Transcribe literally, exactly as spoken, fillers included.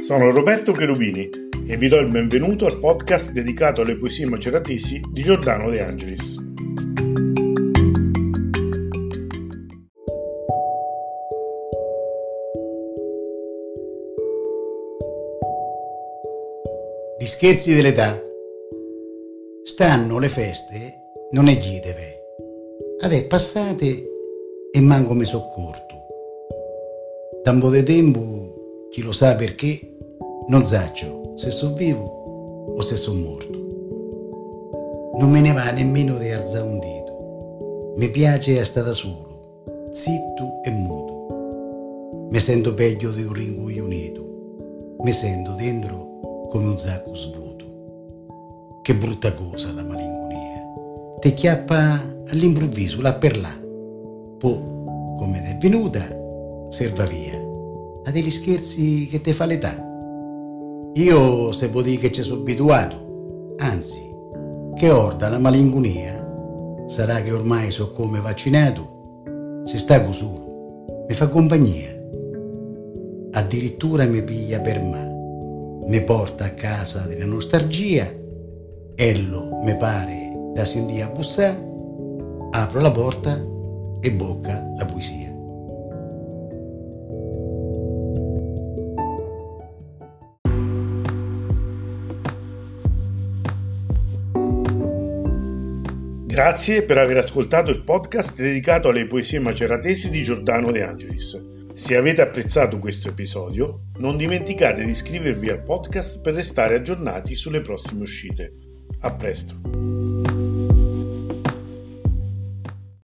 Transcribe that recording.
Sono Roberto Cherubini e vi do il benvenuto al podcast dedicato alle poesie maceratesi di Giordano De Angelis. Gli scherzi dell'età. Stanno le feste, non è gideve. Adè passate e manco mi soccorto. Da un po' di tempo, chi lo sa perché, non saccio se sono vivo o se sono morto. Non me ne va nemmeno di alzare un dito. Mi piace stare da solo, zitto e muto. Mi sento peggio di un ringuglionito. Mi sento dentro come un sacco svuoto. Che brutta cosa la malinconia. Ti chiappa all'improvviso là per là. Poi, come è venuta, serva via. A degli scherzi che te fa l'età. Io se può dire che ci sono abituato, anzi, che orda la malinconia, sarà che ormai so come vaccinato, se stago solo, mi fa compagnia, addirittura mi piglia per me, mi porta a casa della nostalgia, ello mi pare da sentire a bussare, apro la porta e bocca la poesia. Grazie per aver ascoltato il podcast dedicato alle poesie maceratesi di Giordano De Angelis. Se avete apprezzato questo episodio, non dimenticate di iscrivervi al podcast per restare aggiornati sulle prossime uscite. A presto!